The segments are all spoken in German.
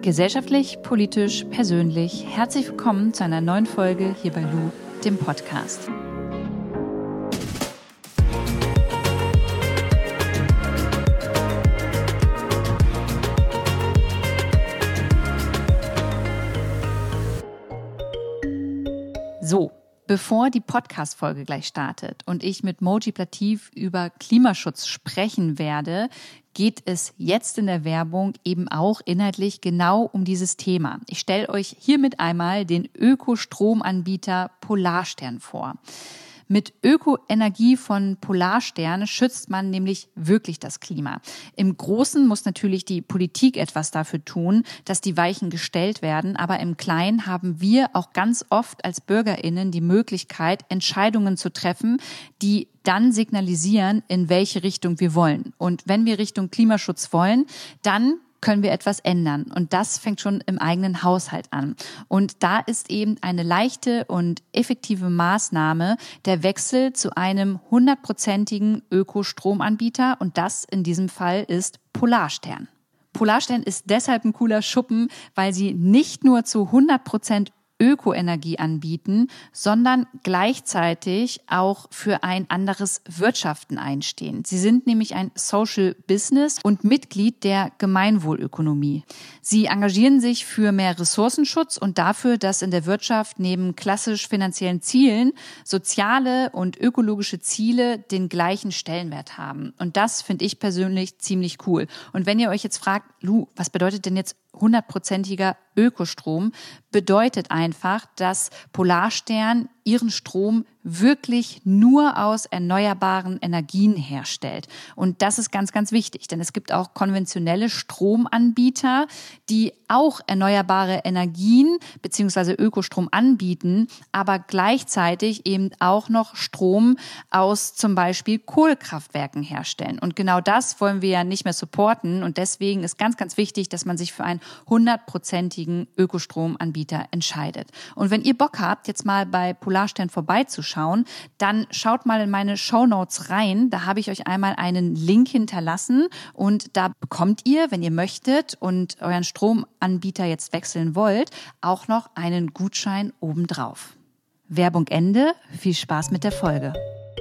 Gesellschaftlich, politisch, persönlich. Herzlich willkommen zu einer neuen Folge hier bei Lou, dem Podcast. So, bevor die Podcast-Folge gleich startet und ich mit Mojib Latif über Klimaschutz sprechen werde, geht es jetzt in der Werbung eben auch inhaltlich genau um dieses Thema. Ich stelle euch hiermit einmal den Ökostromanbieter Polarstern vor. Mit Ökoenergie von Polarstern schützt man nämlich wirklich das Klima. Im Großen muss natürlich die Politik etwas dafür tun, dass die Weichen gestellt werden. Aber im Kleinen haben wir auch ganz oft als BürgerInnen die Möglichkeit, Entscheidungen zu treffen, die dann signalisieren, in welche Richtung wir wollen. Und wenn wir Richtung Klimaschutz wollen, dann können wir etwas ändern. Und das fängt schon im eigenen Haushalt an. Und da ist eben eine leichte und effektive Maßnahme der Wechsel zu einem 100%igen Ökostromanbieter. Und das in diesem Fall ist Polarstern. Polarstern ist deshalb ein cooler Schuppen, weil sie nicht nur zu 100% Ökoenergie anbieten, sondern gleichzeitig auch für ein anderes Wirtschaften einstehen. Sie sind nämlich ein Social Business und Mitglied der Gemeinwohlökonomie. Sie engagieren sich für mehr Ressourcenschutz und dafür, dass in der Wirtschaft neben klassisch finanziellen Zielen soziale und ökologische Ziele den gleichen Stellenwert haben. Und das finde ich persönlich ziemlich cool. Und wenn ihr euch jetzt fragt, Lu, was bedeutet denn jetzt 100%iger Ökostrom, bedeutet einfach, dass Polarstern ihren Strom wirklich nur aus erneuerbaren Energien herstellt. Und das ist ganz, ganz wichtig, denn es gibt auch konventionelle Stromanbieter, die auch erneuerbare Energien bzw. Ökostrom anbieten, aber gleichzeitig eben auch noch Strom aus zum Beispiel Kohlekraftwerken herstellen. Und genau das wollen wir ja nicht mehr supporten. Und deswegen ist ganz, ganz wichtig, dass man sich für einen 100%igen Ökostromanbieter entscheidet. Und wenn ihr Bock habt, jetzt mal bei Polarstern vorbeizuschauen, dann schaut mal in meine Shownotes rein. Da habe ich euch einmal einen Link hinterlassen und da bekommt ihr, wenn ihr möchtet und euren Stromanbieter jetzt wechseln wollt, auch noch einen Gutschein obendrauf. Werbung Ende. Viel Spaß mit der Folge.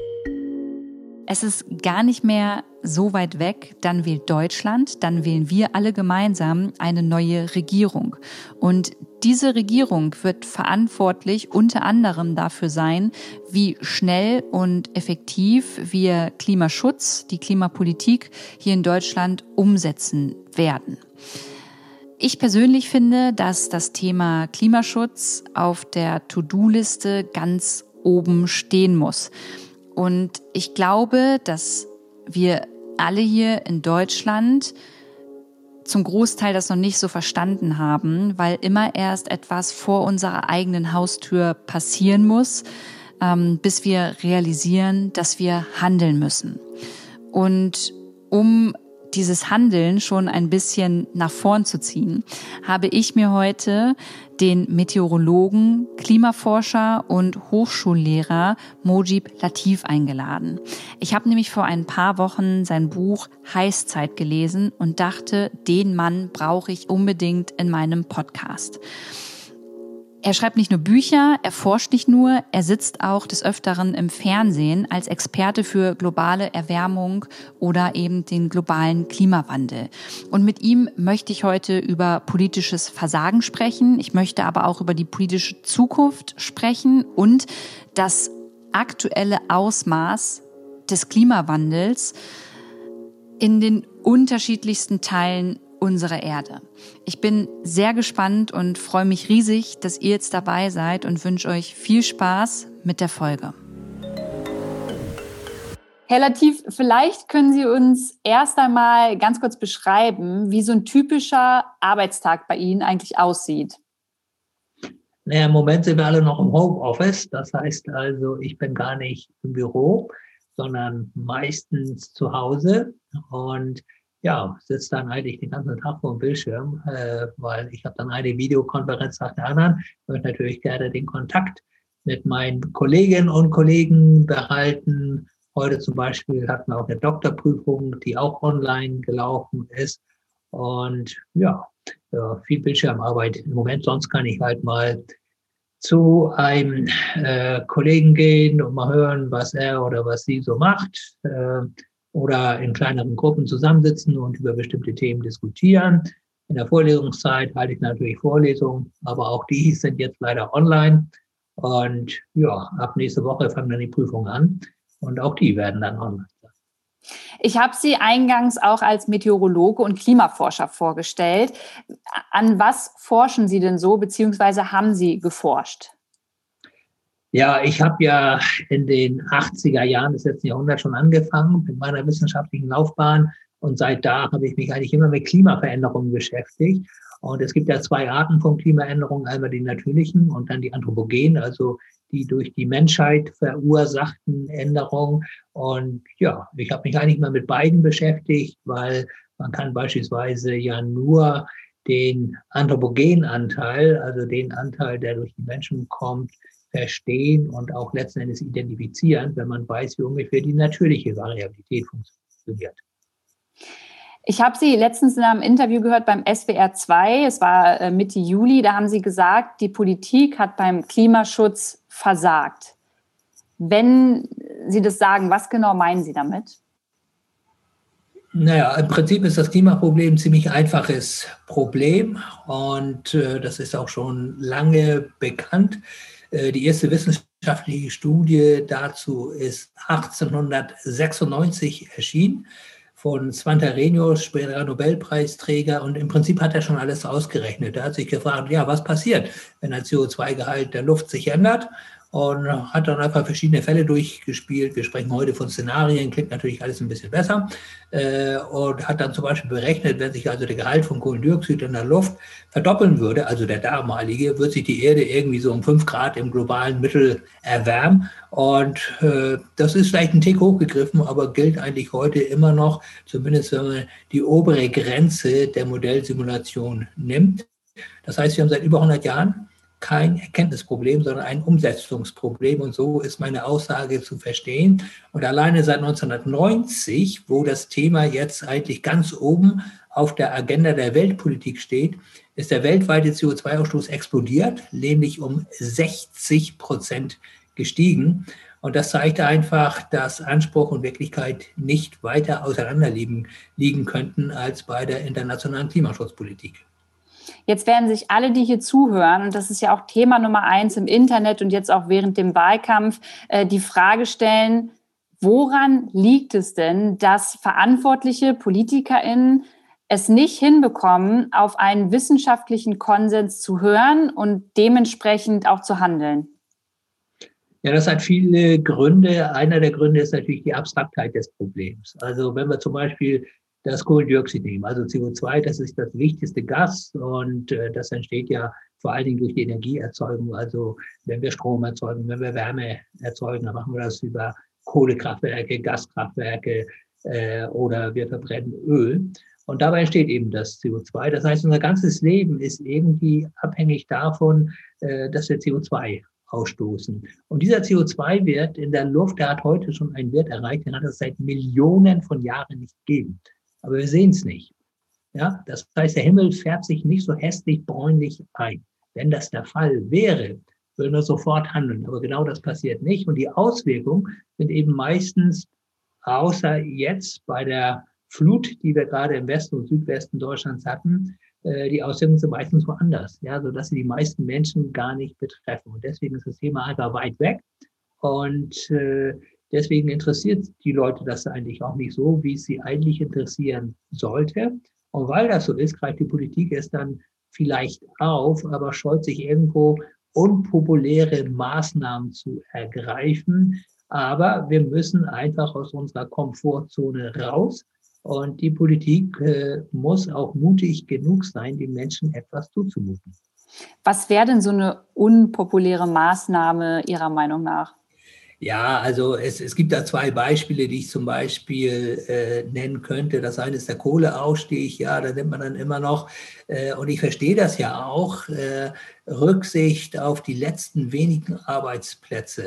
Es ist gar nicht mehr so weit weg, dann wählt Deutschland, dann wählen wir alle gemeinsam eine neue Regierung. Und diese Regierung wird verantwortlich unter anderem dafür sein, wie schnell und effektiv wir Klimaschutz, die Klimapolitik hier in Deutschland umsetzen werden. Ich persönlich finde, dass das Thema Klimaschutz auf der To-Do-Liste ganz oben stehen muss. Und ich glaube, dass wir alle hier in Deutschland zum Großteil das noch nicht so verstanden haben, weil immer erst etwas vor unserer eigenen Haustür passieren muss, bis wir realisieren, dass wir handeln müssen. Und um dieses Handeln schon ein bisschen nach vorn zu ziehen, habe ich mir heute den Meteorologen, Klimaforscher und Hochschullehrer Mojib Latif eingeladen. Ich habe nämlich vor ein paar Wochen sein Buch Heißzeit gelesen und dachte, den Mann brauche ich unbedingt in meinem Podcast. Er schreibt nicht nur Bücher, er forscht nicht nur, er sitzt auch des Öfteren im Fernsehen als Experte für globale Erwärmung oder eben den globalen Klimawandel. Und mit ihm möchte ich heute über politisches Versagen sprechen. Ich möchte aber auch über die politische Zukunft sprechen und das aktuelle Ausmaß des Klimawandels in den unterschiedlichsten Teilen unserer Erde. Ich bin sehr gespannt und freue mich riesig, dass ihr jetzt dabei seid und wünsche euch viel Spaß mit der Folge. Herr Latif, vielleicht können Sie uns erst einmal ganz kurz beschreiben, wie so ein typischer Arbeitstag bei Ihnen eigentlich aussieht. Naja, im Moment sind wir alle noch im Homeoffice. Das heißt also, ich bin gar nicht im Büro, sondern meistens zu Hause und ja, sitze dann eigentlich den ganzen Tag vor dem Bildschirm, weil ich habe dann eine Videokonferenz nach der anderen. Ich möchte natürlich gerne den Kontakt mit meinen Kolleginnen und Kollegen behalten. Heute zum Beispiel hatten wir auch eine Doktorprüfung, die auch online gelaufen ist. Und ja, viel Bildschirmarbeit im Moment. Sonst kann ich halt mal zu einem Kollegen gehen und mal hören, was er oder was sie so macht. Oder in kleineren Gruppen zusammensitzen und über bestimmte Themen diskutieren. In der Vorlesungszeit halte ich natürlich Vorlesungen, aber auch die sind jetzt leider online. Und ja, ab nächste Woche fangen dann die Prüfungen an und auch die werden dann online sein. Ich habe Sie eingangs auch als Meteorologe und Klimaforscher vorgestellt. An was forschen Sie denn so, beziehungsweise haben Sie geforscht? Ja, ich habe ja in den 80er Jahren des letzten Jahrhunderts schon angefangen mit meiner wissenschaftlichen Laufbahn und seit da habe ich mich eigentlich immer mit Klimaveränderungen beschäftigt. Und es gibt ja zwei Arten von Klimaänderungen, einmal die natürlichen und dann die anthropogenen, also die durch die Menschheit verursachten Änderungen. Und ja, ich habe mich eigentlich mal mit beiden beschäftigt, weil man kann beispielsweise ja nur den anthropogenen Anteil, also den Anteil, der durch die Menschen kommt, verstehen und auch letzten Endes identifizieren, wenn man weiß, wie ungefähr die natürliche Variabilität funktioniert. Ich habe Sie letztens in einem Interview gehört beim SWR 2, es war Mitte Juli, da haben Sie gesagt, die Politik hat beim Klimaschutz versagt. Wenn Sie das sagen, was genau meinen Sie damit? Naja, im Prinzip ist das Klimaproblem ein ziemlich einfaches Problem und das ist auch schon lange bekannt. Die erste wissenschaftliche Studie dazu ist 1896 erschienen von Svante Arrhenius, späterer Nobelpreisträger. Und im Prinzip hat er schon alles ausgerechnet. Er hat sich gefragt, ja, was passiert, wenn der CO2-Gehalt der Luft sich ändert? Und hat dann einfach verschiedene Fälle durchgespielt. Wir sprechen heute von Szenarien, klingt natürlich alles ein bisschen besser. Und hat dann zum Beispiel berechnet, wenn sich also der Gehalt von Kohlendioxid in der Luft verdoppeln würde, also der damalige, wird sich die Erde irgendwie so um 5 Grad im globalen Mittel erwärmen. Und das ist vielleicht ein Tick hochgegriffen, aber gilt eigentlich heute immer noch, zumindest wenn man die obere Grenze der Modellsimulation nimmt. Das heißt, wir haben seit über 100 Jahren kein Erkenntnisproblem, sondern ein Umsetzungsproblem. Und so ist meine Aussage zu verstehen. Und alleine seit 1990, wo das Thema jetzt eigentlich ganz oben auf der Agenda der Weltpolitik steht, ist der weltweite CO2-Ausstoß explodiert, nämlich um 60% gestiegen. Und das zeigt einfach, dass Anspruch und Wirklichkeit nicht weiter auseinander liegen könnten als bei der internationalen Klimaschutzpolitik. Jetzt werden sich alle, die hier zuhören, und das ist ja auch Thema Nummer 1 im Internet und jetzt auch während dem Wahlkampf, die Frage stellen, woran liegt es denn, dass verantwortliche PolitikerInnen es nicht hinbekommen, auf einen wissenschaftlichen Konsens zu hören und dementsprechend auch zu handeln? Ja, das hat viele Gründe. Einer der Gründe ist natürlich die Abstraktheit des Problems. Also wenn wir zum Beispiel das Kohlendioxid nehmen, also CO2, das ist das wichtigste Gas und das entsteht ja vor allen Dingen durch die Energieerzeugung. Also wenn wir Strom erzeugen, wenn wir Wärme erzeugen, dann machen wir das über Kohlekraftwerke, Gaskraftwerke oder wir verbrennen Öl. Und dabei entsteht eben das CO2. Das heißt, unser ganzes Leben ist irgendwie abhängig davon, dass wir CO2 ausstoßen. Und dieser CO2-Wert in der Luft, der hat heute schon einen Wert erreicht, den hat es seit Millionen von Jahren nicht gegeben. Aber wir sehen es nicht. Ja, das heißt, der Himmel färbt sich nicht so hässlich bräunlich ein. Wenn das der Fall wäre, würden wir sofort handeln. Aber genau das passiert nicht. Und die Auswirkungen sind eben meistens, außer jetzt bei der Flut, die wir gerade im Westen und Südwesten Deutschlands hatten, die Auswirkungen sind meistens woanders, ja, sodass sie die meisten Menschen gar nicht betreffen. Und deswegen ist das Thema einfach weit weg. Und deswegen interessiert die Leute das eigentlich auch nicht so, wie es sie eigentlich interessieren sollte. Und weil das so ist, greift die Politik es dann vielleicht auf, aber scheut sich irgendwo unpopuläre Maßnahmen zu ergreifen. Aber wir müssen einfach aus unserer Komfortzone raus. Und die Politik muss auch mutig genug sein, den Menschen etwas zuzumuten. Was wäre denn so eine unpopuläre Maßnahme Ihrer Meinung nach? Ja, also es gibt da zwei Beispiele, die ich zum Beispiel nennen könnte. Das eine ist der Kohleausstieg, ja, da nimmt man dann immer noch, und ich verstehe das ja auch, Rücksicht auf die letzten wenigen Arbeitsplätze.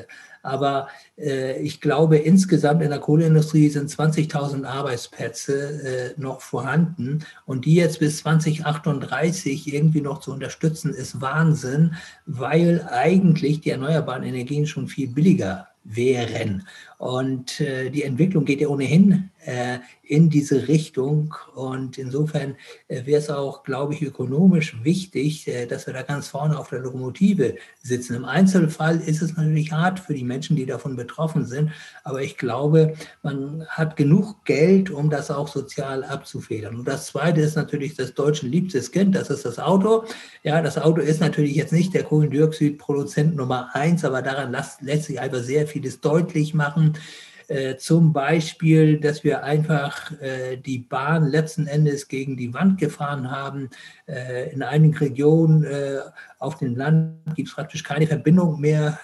Aber ich glaube, insgesamt in der Kohleindustrie sind 20.000 Arbeitsplätze noch vorhanden. Und die jetzt bis 2038 irgendwie noch zu unterstützen, ist Wahnsinn, weil eigentlich die erneuerbaren Energien schon viel billiger wären. Und die Entwicklung geht ja ohnehin in diese Richtung. Und insofern wäre es auch, glaube ich, ökonomisch wichtig, dass wir da ganz vorne auf der Lokomotive sitzen. Im Einzelfall ist es natürlich hart für die Menschen, die davon betroffen sind. Aber ich glaube, man hat genug Geld, um das auch sozial abzufedern. Und das Zweite ist natürlich das Deutschen liebstes Kind, das ist das Auto. Ja, das Auto ist natürlich jetzt nicht der Kohlendioxidproduzent Nummer 1, aber daran lässt sich einfach sehr vieles deutlich machen. Zum Beispiel, dass wir einfach die Bahn letzten Endes gegen die Wand gefahren haben. In einigen Regionen auf dem Land gibt es praktisch keine Verbindung mehr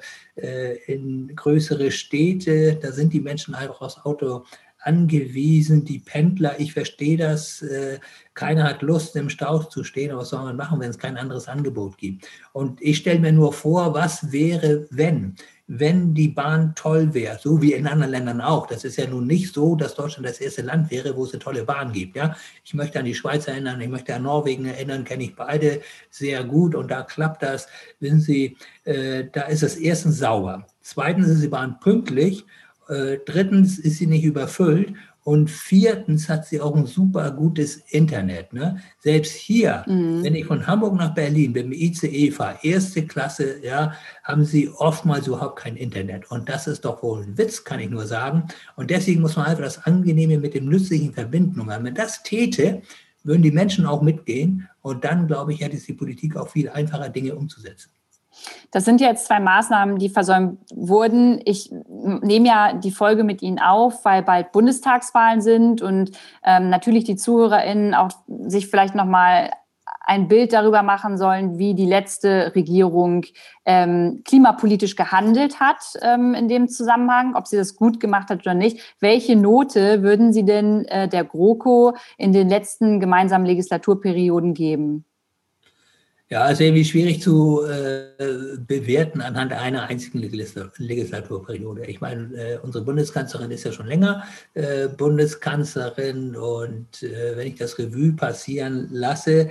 in größere Städte. Da sind die Menschen einfach aufs Auto angewiesen, die Pendler, ich verstehe das, keiner hat Lust, im Stau zu stehen, aber was soll man machen, wenn es kein anderes Angebot gibt? Und ich stelle mir nur vor, was wäre, wenn die Bahn toll wäre, so wie in anderen Ländern auch. Das ist ja nun nicht so, dass Deutschland das erste Land wäre, wo es eine tolle Bahn gibt. Ja? Ich möchte an die Schweiz erinnern, ich möchte an Norwegen erinnern, kenne ich beide sehr gut und da klappt das. Wissen Sie, da ist es erstens sauber. Zweitens ist die Bahn pünktlich. Drittens ist sie nicht überfüllt und viertens hat sie auch ein super gutes Internet. Ne? Selbst hier, wenn ich von Hamburg nach Berlin mit dem ICE fahre, erste Klasse, ja, haben sie oftmals überhaupt kein Internet. Und das ist doch wohl ein Witz, kann ich nur sagen. Und deswegen muss man einfach das Angenehme mit dem Nützlichen verbinden. Und wenn man das täte, würden die Menschen auch mitgehen. Und dann, glaube ich, hätte es die Politik auch viel einfacher, Dinge umzusetzen. Das sind jetzt 2 Maßnahmen, die versäumt wurden. Ich nehme ja die Folge mit Ihnen auf, weil bald Bundestagswahlen sind und natürlich die ZuhörerInnen auch sich vielleicht nochmal ein Bild darüber machen sollen, wie die letzte Regierung klimapolitisch gehandelt hat in dem Zusammenhang, ob sie das gut gemacht hat oder nicht. Welche Note würden Sie denn der GroKo in den letzten gemeinsamen Legislaturperioden geben? Ja, also irgendwie schwierig zu bewerten anhand einer einzigen Legislaturperiode. Ich meine, unsere Bundeskanzlerin ist ja schon länger Bundeskanzlerin und wenn ich das Revue passieren lasse,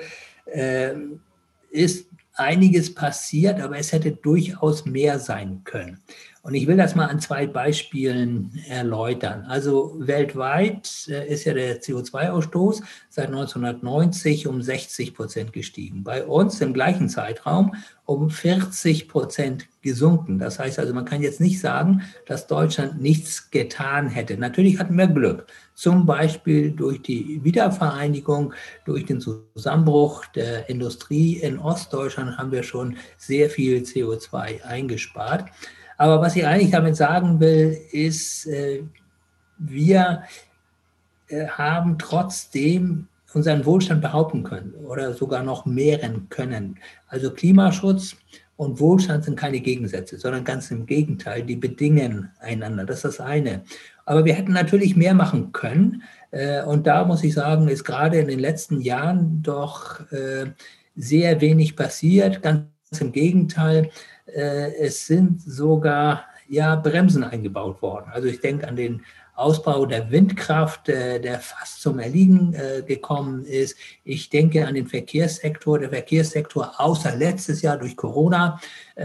ist einiges passiert, aber es hätte durchaus mehr sein können. Und ich will das mal an 2 Beispielen erläutern. Also weltweit ist ja der CO2-Ausstoß seit 1990 um 60% gestiegen. Bei uns im gleichen Zeitraum um 40% gesunken. Das heißt also, man kann jetzt nicht sagen, dass Deutschland nichts getan hätte. Natürlich hatten wir Glück. Zum Beispiel durch die Wiedervereinigung, durch den Zusammenbruch der Industrie in Ostdeutschland haben wir schon sehr viel CO2 eingespart. Aber was ich eigentlich damit sagen will, ist, wir haben trotzdem unseren Wohlstand behaupten können oder sogar noch mehren können. Also Klimaschutz und Wohlstand sind keine Gegensätze, sondern ganz im Gegenteil, die bedingen einander. Das ist das eine. Aber wir hätten natürlich mehr machen können. Und da muss ich sagen, ist gerade in den letzten Jahren doch sehr wenig passiert. Ganz im Gegenteil. Es sind sogar Bremsen eingebaut worden. Also ich denke an den Ausbau der Windkraft, der fast zum Erliegen gekommen ist. Ich denke an den Verkehrssektor. Der Verkehrssektor, außer letztes Jahr durch Corona,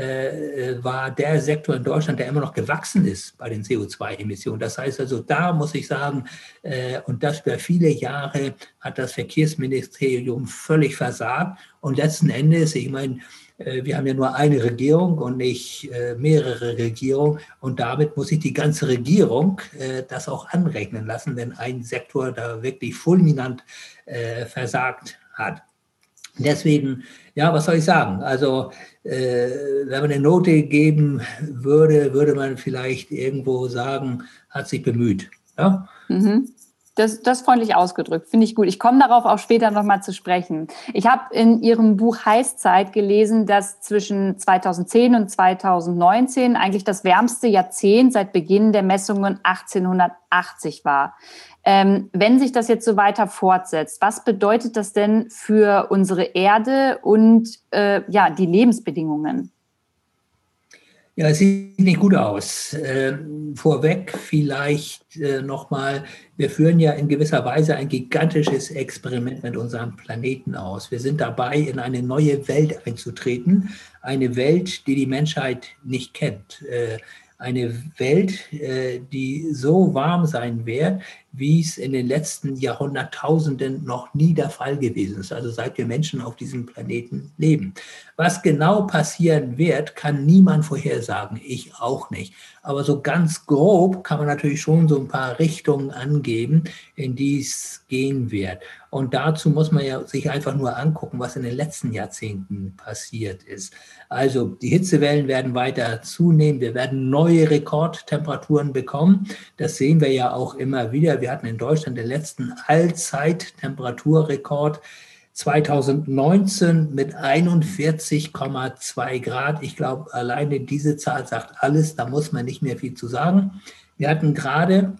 war der Sektor in Deutschland, der immer noch gewachsen ist bei den CO2-Emissionen. Das heißt also, da muss ich sagen, und das über viele Jahre hat das Verkehrsministerium völlig versagt. Und letzten Endes, ich meine, wir haben ja nur eine Regierung und nicht mehrere Regierungen. Und damit muss sich die ganze Regierung das auch anrechnen lassen, wenn ein Sektor da wirklich fulminant versagt hat. Deswegen, ja, was soll ich sagen? Also, wenn man eine Note geben würde, würde man vielleicht irgendwo sagen, hat sich bemüht. Ja? Mhm. Das freundlich ausgedrückt, finde ich gut. Ich komme darauf auch später nochmal zu sprechen. Ich habe in Ihrem Buch Heißzeit gelesen, dass zwischen 2010 und 2019 eigentlich das wärmste Jahrzehnt seit Beginn der Messungen 1880 war. Wenn sich das jetzt so weiter fortsetzt, was bedeutet das denn für unsere Erde und die Lebensbedingungen? Ja, es sieht nicht gut aus. Vorweg vielleicht nochmal, wir führen ja in gewisser Weise ein gigantisches Experiment mit unserem Planeten aus. Wir sind dabei, in eine neue Welt einzutreten, eine Welt, die die Menschheit nicht kennt. Eine Welt, die so warm sein wird, wie es in den letzten Jahrhunderttausenden noch nie der Fall gewesen ist, also seit wir Menschen auf diesem Planeten leben. Was genau passieren wird, kann niemand vorhersagen, ich auch nicht. Aber so ganz grob kann man natürlich schon so ein paar Richtungen angeben, in die es gehen wird. Und dazu muss man ja sich einfach nur angucken, was in den letzten Jahrzehnten passiert ist. Also die Hitzewellen werden weiter zunehmen, wir werden neue Rekordtemperaturen bekommen. Das sehen wir ja auch immer wieder. Wir hatten in Deutschland den letzten Allzeit-Temperaturrekord 2019 mit 41,2 Grad. Ich glaube, alleine diese Zahl sagt alles, da muss man nicht mehr viel zu sagen. Wir hatten gerade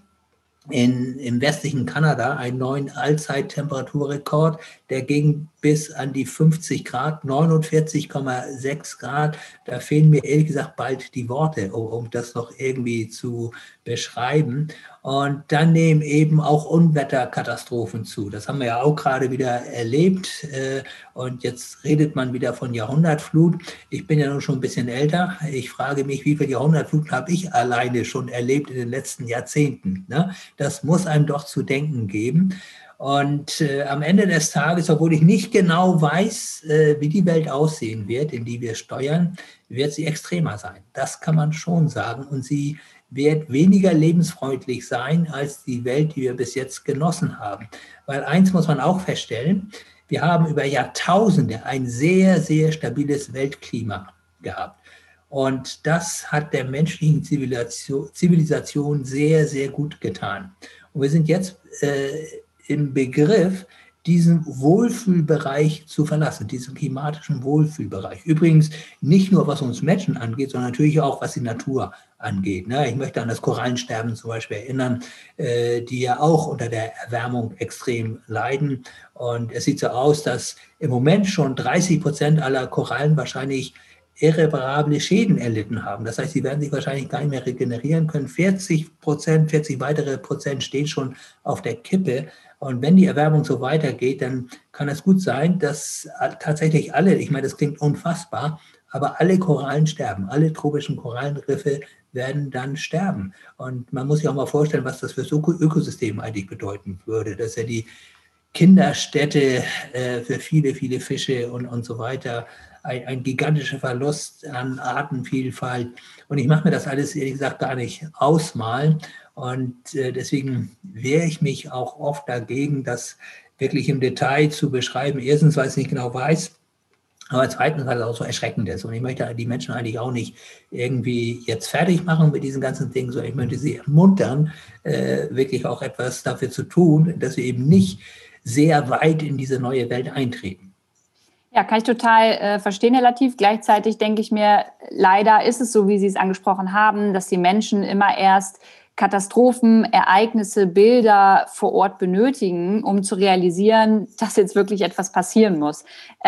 im westlichen Kanada einen neuen Allzeittemperaturrekord, der ging bis an die 50 Grad, 49,6 Grad. Da fehlen mir ehrlich gesagt bald die Worte, um das noch irgendwie zu beschreiben. Und dann nehmen eben auch Unwetterkatastrophen zu. Das haben wir ja auch gerade wieder erlebt. Und jetzt redet man wieder von Jahrhundertflut. Ich bin ja nun schon ein bisschen älter. Ich frage mich, wie viel Jahrhundertflut habe ich alleine schon erlebt in den letzten Jahrzehnten? Ne? Das muss einem doch zu denken geben. Und am Ende des Tages, obwohl ich nicht genau weiß, wie die Welt aussehen wird, in die wir steuern, wird sie extremer sein. Das kann man schon sagen. Und sie wird weniger lebensfreundlich sein als die Welt, die wir bis jetzt genossen haben. Weil eins muss man auch feststellen, wir haben über Jahrtausende ein sehr, sehr stabiles Weltklima gehabt. Und das hat der menschlichen Zivilisation sehr, sehr gut getan. Und wir sind jetzt im Begriff, diesen Wohlfühlbereich zu verlassen, diesen klimatischen Wohlfühlbereich. Übrigens nicht nur, was uns Menschen angeht, sondern natürlich auch, was die Natur angeht. Ich möchte an das Korallensterben zum Beispiel erinnern, die ja auch unter der Erwärmung extrem leiden. Und es sieht so aus, dass im Moment schon 30% aller Korallen wahrscheinlich irreparable Schäden erlitten haben. Das heißt, sie werden sich wahrscheinlich gar nicht mehr regenerieren können. 40 weitere Prozent stehen schon auf der Kippe. Und wenn die Erwärmung so weitergeht, dann kann es gut sein, dass tatsächlich alle, ich meine, das klingt unfassbar, aber alle Korallen sterben. Alle tropischen Korallenriffe werden dann sterben. Und man muss sich auch mal vorstellen, was das für das Ökosystem eigentlich bedeuten würde. Das ist ja die Kinderstätte für viele, viele Fische und so weiter. Ein gigantischer Verlust an Artenvielfalt. Und ich mache mir das alles, ehrlich gesagt, gar nicht ausmalen. Und deswegen wehre ich mich auch oft dagegen, das wirklich im Detail zu beschreiben. Erstens, weil ich es nicht genau weiß, aber zweitens, weil es auch so erschreckend ist. Und ich möchte die Menschen eigentlich auch nicht irgendwie jetzt fertig machen mit diesen ganzen Dingen, sondern ich möchte sie ermuntern, wirklich auch etwas dafür zu tun, dass wir eben nicht sehr weit in diese neue Welt eintreten. Ja, kann ich total verstehen, Herr Latif. Gleichzeitig denke ich mir, leider ist es so, wie Sie es angesprochen haben, dass die Menschen immer erst Katastrophen, Ereignisse, Bilder vor Ort benötigen, um zu realisieren, dass jetzt wirklich etwas passieren muss.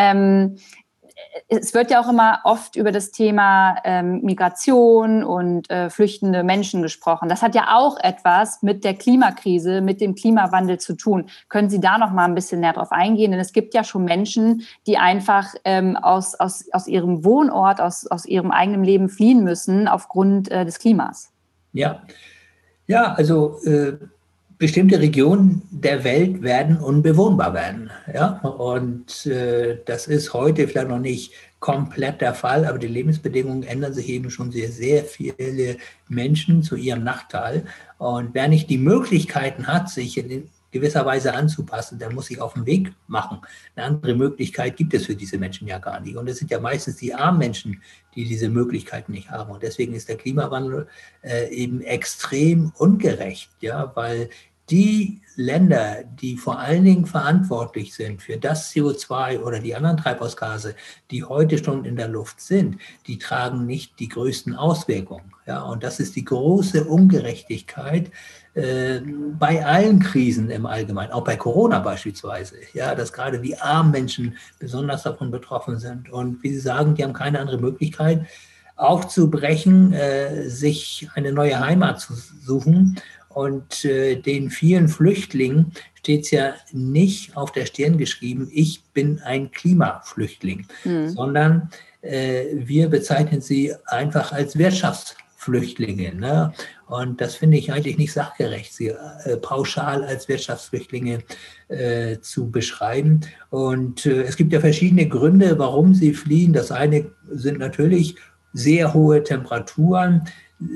Es wird ja auch immer oft über das Thema Migration und flüchtende Menschen gesprochen. Das hat ja auch etwas mit der Klimakrise, mit dem Klimawandel zu tun. Können Sie da noch mal ein bisschen näher drauf eingehen? Denn es gibt ja schon Menschen, die einfach aus ihrem Wohnort, aus ihrem eigenen Leben fliehen müssen aufgrund des Klimas. Ja, also bestimmte Regionen der Welt werden unbewohnbar werden. Ja? Und das ist heute vielleicht noch nicht komplett der Fall, aber die Lebensbedingungen ändern sich eben schon sehr, sehr viele Menschen zu ihrem Nachteil. Und wer nicht die Möglichkeiten hat, sich in gewisser Weise anzupassen, der muss sich auf den Weg machen. Eine andere Möglichkeit gibt es für diese Menschen ja gar nicht. Und es sind ja meistens die armen Menschen, die diese Möglichkeiten nicht haben. Und deswegen ist der Klimawandel eben extrem ungerecht, ja, weil die Länder, die vor allen Dingen verantwortlich sind für das CO2 oder die anderen Treibhausgase, die heute schon in der Luft sind, die tragen nicht die größten Auswirkungen. Ja, und das ist die große Ungerechtigkeit bei allen Krisen im Allgemeinen, auch bei Corona beispielsweise, ja, dass gerade die armen Menschen besonders davon betroffen sind. Und wie Sie sagen, die haben keine andere Möglichkeit, aufzubrechen, sich eine neue Heimat zu suchen. Und den vielen Flüchtlingen steht es ja nicht auf der Stirn geschrieben, ich bin ein Klimaflüchtling, sondern wir bezeichnen sie einfach als Wirtschaftsflüchtlinge. Ne? Und das finde ich eigentlich nicht sachgerecht, sie pauschal als Wirtschaftsflüchtlinge zu beschreiben. Und es gibt ja verschiedene Gründe, warum sie fliehen. Das eine sind natürlich sehr hohe Temperaturen,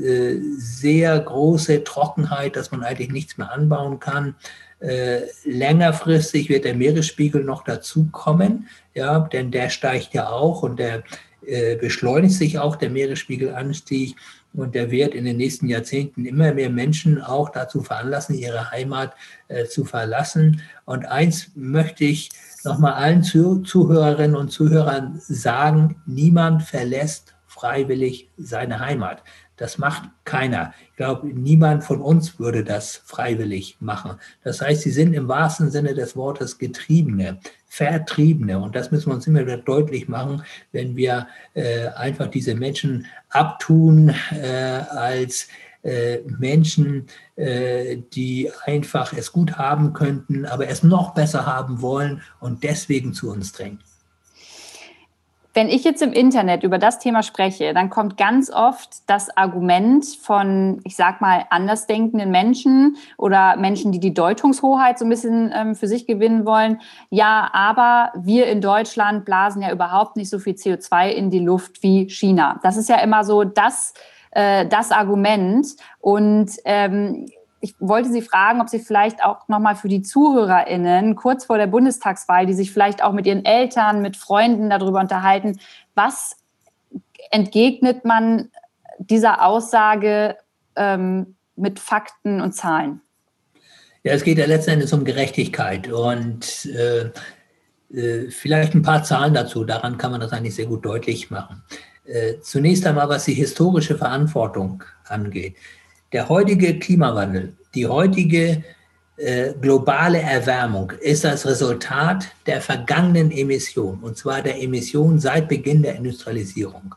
sehr große Trockenheit, dass man eigentlich nichts mehr anbauen kann. Längerfristig wird der Meeresspiegel noch dazukommen, ja, denn der steigt ja auch und der beschleunigt sich auch, der Meeresspiegelanstieg. Und der wird in den nächsten Jahrzehnten immer mehr Menschen auch dazu veranlassen, ihre Heimat zu verlassen. Und eins möchte ich nochmal allen Zuhörerinnen und Zuhörern sagen, niemand verlässt freiwillig seine Heimat. Das macht keiner. Ich glaube, niemand von uns würde das freiwillig machen. Das heißt, sie sind im wahrsten Sinne des Wortes Getriebene, Vertriebene. Und das müssen wir uns immer wieder deutlich machen, wenn wir einfach diese Menschen abtun als Menschen, die einfach es gut haben könnten, aber es noch besser haben wollen und deswegen zu uns drängen. Wenn ich jetzt im Internet über das Thema spreche, dann kommt ganz oft das Argument von, ich sag mal, andersdenkenden Menschen oder Menschen, die die Deutungshoheit so ein bisschen für sich gewinnen wollen. Ja, aber wir in Deutschland blasen ja überhaupt nicht so viel CO2 in die Luft wie China. Das ist ja immer so das Argument. Und ich wollte Sie fragen, ob Sie vielleicht auch nochmal für die ZuhörerInnen kurz vor der Bundestagswahl, die sich vielleicht auch mit ihren Eltern, mit Freunden darüber unterhalten, was entgegnet man dieser Aussage mit Fakten und Zahlen? Ja, es geht ja letzten Endes um Gerechtigkeit und vielleicht ein paar Zahlen dazu. Daran kann man das eigentlich sehr gut deutlich machen. Zunächst einmal, was die historische Verantwortung angeht. Der heutige Klimawandel, die heutige globale Erwärmung ist das Resultat der vergangenen Emissionen, und zwar der Emissionen seit Beginn der Industrialisierung.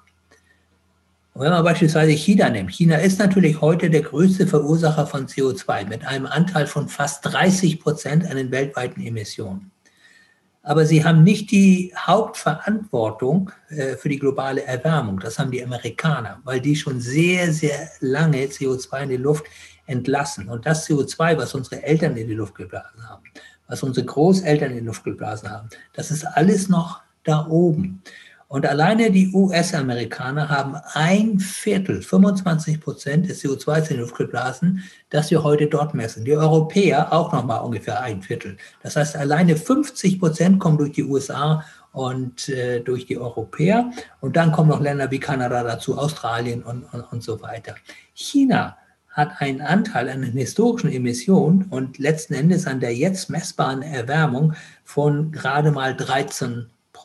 Und wenn man beispielsweise China nimmt, China ist natürlich heute der größte Verursacher von CO2 mit einem Anteil von fast 30% an den weltweiten Emissionen. Aber sie haben nicht die Hauptverantwortung für die globale Erwärmung. Das haben die Amerikaner, weil die schon sehr, sehr lange CO2 in die Luft entlassen. Und das CO2, was unsere Eltern in die Luft geblasen haben, was unsere Großeltern in die Luft geblasen haben, das ist alles noch da oben. Und alleine die US-Amerikaner haben 1/4, 25% des CO2 in die Luft geblasen, das wir heute dort messen. Die Europäer auch nochmal ungefähr 1/4. Das heißt, alleine 50% kommen durch die USA und durch die Europäer. Und dann kommen noch Länder wie Kanada dazu, Australien und so weiter. China hat einen Anteil an den historischen Emissionen und letzten Endes an der jetzt messbaren Erwärmung von gerade mal 13%.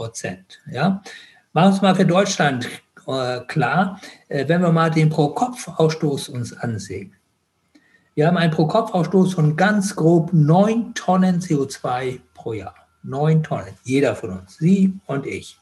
Ja? Machen wir es mal für Deutschland klar, wenn wir mal den Pro-Kopf-Ausstoß uns ansehen. Wir haben einen Pro-Kopf-Ausstoß von ganz grob 9 Tonnen CO2 pro Jahr. 9 Tonnen, jeder von uns, Sie und ich.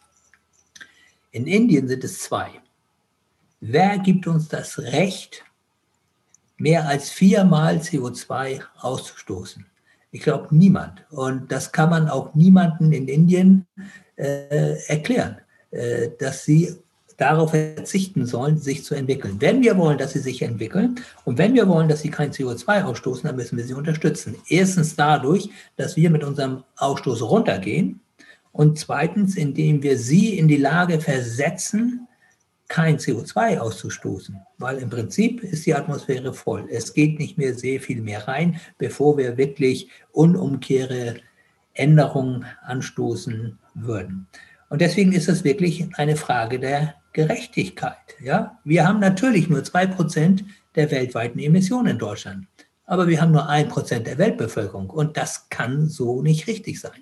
In Indien sind es 2. Wer gibt uns das Recht, mehr als 4-mal CO2 auszustoßen? Ich glaube, niemand. Und das kann man auch niemandem in Indien erklären, dass sie darauf verzichten sollen, sich zu entwickeln. Wenn wir wollen, dass sie sich entwickeln und wenn wir wollen, dass sie kein CO2 ausstoßen, dann müssen wir sie unterstützen. Erstens dadurch, dass wir mit unserem Ausstoß runtergehen und zweitens, indem wir sie in die Lage versetzen, kein CO2 auszustoßen, weil im Prinzip ist die Atmosphäre voll. Es geht nicht mehr sehr viel mehr rein, bevor wir wirklich unumkehrbare Änderungen anstoßen würden. Und deswegen ist es wirklich eine Frage der Gerechtigkeit. Ja? Wir haben natürlich nur 2% der weltweiten Emissionen in Deutschland, aber wir haben nur 1% der Weltbevölkerung und das kann so nicht richtig sein.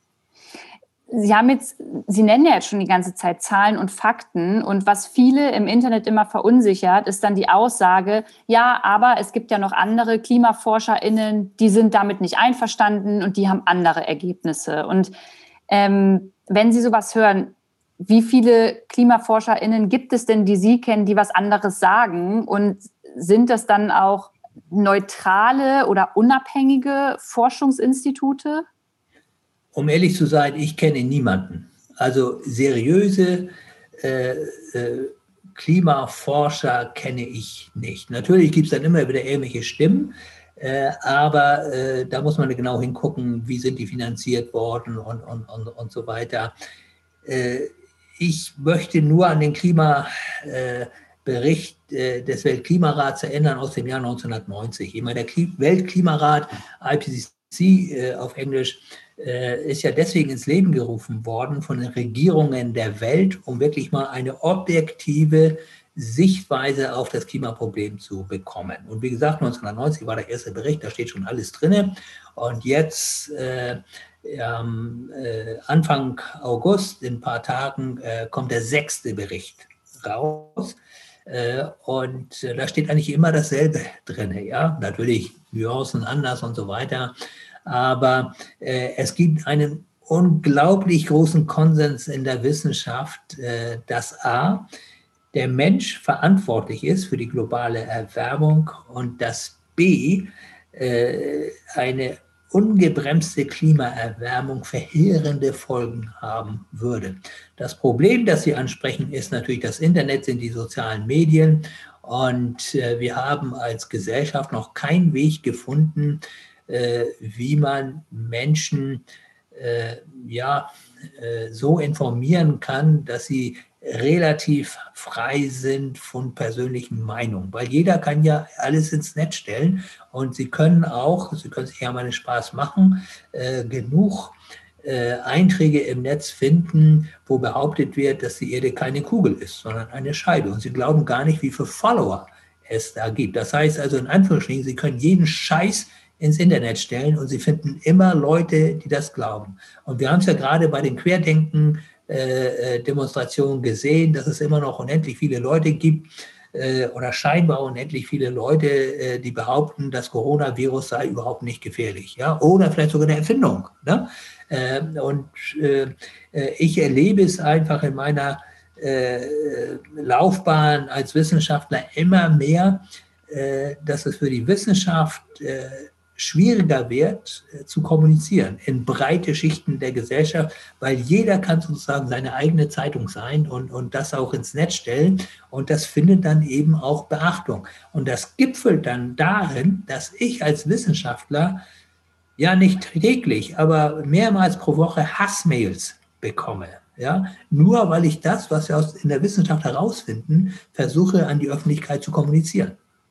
Sie nennen ja jetzt schon die ganze Zeit Zahlen und Fakten und was viele im Internet immer verunsichert, ist dann die Aussage, ja, aber es gibt ja noch andere KlimaforscherInnen, die sind damit nicht einverstanden und die haben andere Ergebnisse. Und wenn Sie sowas hören, wie viele KlimaforscherInnen gibt es denn, die Sie kennen, die was anderes sagen? Und sind das dann auch neutrale oder unabhängige Forschungsinstitute? Um ehrlich zu sein, ich kenne niemanden. Also seriöse Klimaforscher kenne ich nicht. Natürlich gibt es dann immer wieder irgendwelche Stimmen, aber da muss man genau hingucken, wie sind die finanziert worden und so weiter. Ich möchte nur an den Klimabericht des Weltklimarats erinnern aus dem Jahr 1990. Ich meine, der Weltklimarat, IPCC auf Englisch, ist ja deswegen ins Leben gerufen worden von den Regierungen der Welt, um wirklich mal eine objektive Sichtweise auf das Klimaproblem zu bekommen. Und wie gesagt, 1990 war der erste Bericht, da steht schon alles drin. Und jetzt Anfang August, in ein paar Tagen, kommt der 6. Bericht raus. Und da steht eigentlich immer dasselbe drin. Ja? Natürlich Nuancen anders und so weiter. Aber es gibt einen unglaublich großen Konsens in der Wissenschaft, dass A, der Mensch verantwortlich ist für die globale Erwärmung und dass B, eine ungebremste Klimaerwärmung verheerende Folgen haben würde. Das Problem, das Sie ansprechen, ist natürlich das Internet, sind die sozialen Medien. Und wir haben als Gesellschaft noch keinen Weg gefunden, wie man Menschen so informieren kann, dass sie relativ frei sind von persönlichen Meinungen. Weil jeder kann ja alles ins Netz stellen und Sie können sich ja mal einen Spaß machen, genug Einträge im Netz finden, wo behauptet wird, dass die Erde keine Kugel ist, sondern eine Scheibe. Und Sie glauben gar nicht, wie viele Follower es da gibt. Das heißt also in Anführungsstrichen, Sie können jeden Scheiß ins Internet stellen und Sie finden immer Leute, die das glauben. Und wir haben es ja gerade bei den Querdenken-Demonstrationen gesehen, dass es immer noch unendlich viele Leute gibt oder scheinbar unendlich viele Leute, die behaupten, das Coronavirus sei überhaupt nicht gefährlich, ja, oder vielleicht sogar eine Erfindung. Ne? Ich erlebe es einfach in meiner Laufbahn als Wissenschaftler immer mehr, dass es für die Wissenschaft schwieriger wird zu kommunizieren in breite Schichten der Gesellschaft, weil jeder kann sozusagen seine eigene Zeitung sein und das auch ins Netz stellen und das findet dann eben auch Beachtung. Und das gipfelt dann darin, dass ich als Wissenschaftler ja nicht täglich, aber mehrmals pro Woche Hassmails bekomme. Ja, nur weil ich das, was wir in der Wissenschaft herausfinden, versuche an die Öffentlichkeit zu kommunizieren.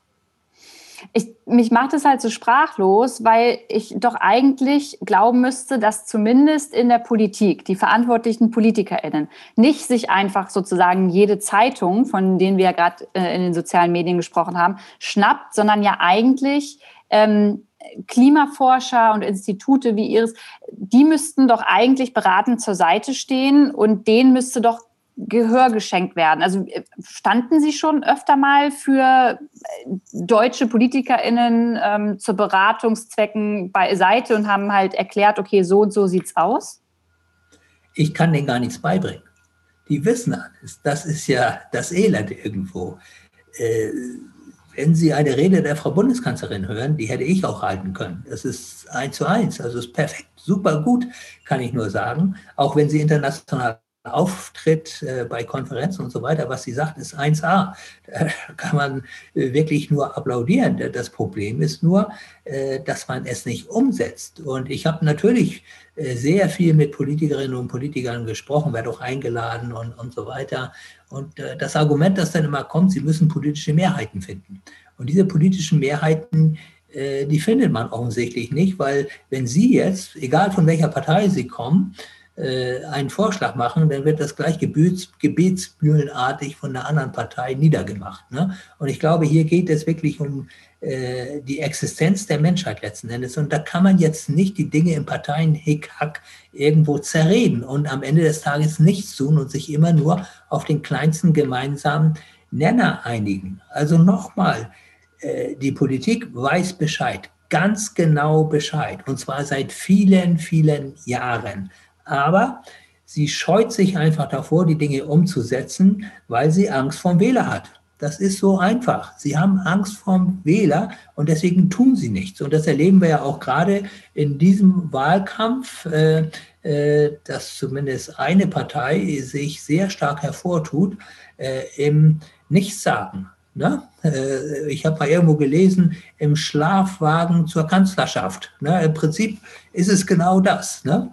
Mich macht es halt so sprachlos, weil ich doch eigentlich glauben müsste, dass zumindest in der Politik die verantwortlichen PolitikerInnen nicht sich einfach sozusagen jede Zeitung, von denen wir ja gerade in den sozialen Medien gesprochen haben, schnappt, sondern ja eigentlich Klimaforscher und Institute wie Ihres, die müssten doch eigentlich beratend zur Seite stehen und denen müsste doch Gehör geschenkt werden. Also standen Sie schon öfter mal für deutsche PolitikerInnen zu Beratungszwecken beiseite und haben halt erklärt, okay, so und so sieht's aus? Ich kann denen gar nichts beibringen. Die wissen alles. Das ist ja das Elend irgendwo. Wenn Sie eine Rede der Frau Bundeskanzlerin hören, die hätte ich auch halten können. Das ist 1:1, also ist perfekt, super gut, kann ich nur sagen. Auch wenn sie international auftritt bei Konferenzen und so weiter, was sie sagt, ist 1A. Da kann man wirklich nur applaudieren. Das Problem ist nur, dass man es nicht umsetzt. Und ich habe natürlich sehr viel mit Politikerinnen und Politikern gesprochen, werde auch eingeladen und so weiter. Und das Argument, das dann immer kommt, sie müssen politische Mehrheiten finden. Und diese politischen Mehrheiten, die findet man offensichtlich nicht, weil wenn Sie jetzt, egal von welcher Partei Sie kommen, einen Vorschlag machen, dann wird das gleich gebetsmühlenartig von der anderen Partei niedergemacht. Ne? Und ich glaube, hier geht es wirklich um die Existenz der Menschheit letzten Endes. Und da kann man jetzt nicht die Dinge im Parteien-Hickhack irgendwo zerreden und am Ende des Tages nichts tun und sich immer nur auf den kleinsten gemeinsamen Nenner einigen. Also nochmal, die Politik weiß Bescheid, ganz genau Bescheid, und zwar seit vielen, vielen Jahren. Aber sie scheut sich einfach davor, die Dinge umzusetzen, weil sie Angst vorm Wähler hat. Das ist so einfach. Sie haben Angst vorm Wähler und deswegen tun sie nichts. Und das erleben wir ja auch gerade in diesem Wahlkampf, dass zumindest eine Partei sich sehr stark hervortut im Nichtsagen. Ne? Ich habe mal irgendwo gelesen, im Schlafwagen zur Kanzlerschaft. Ne? Im Prinzip ist es genau das. Ne?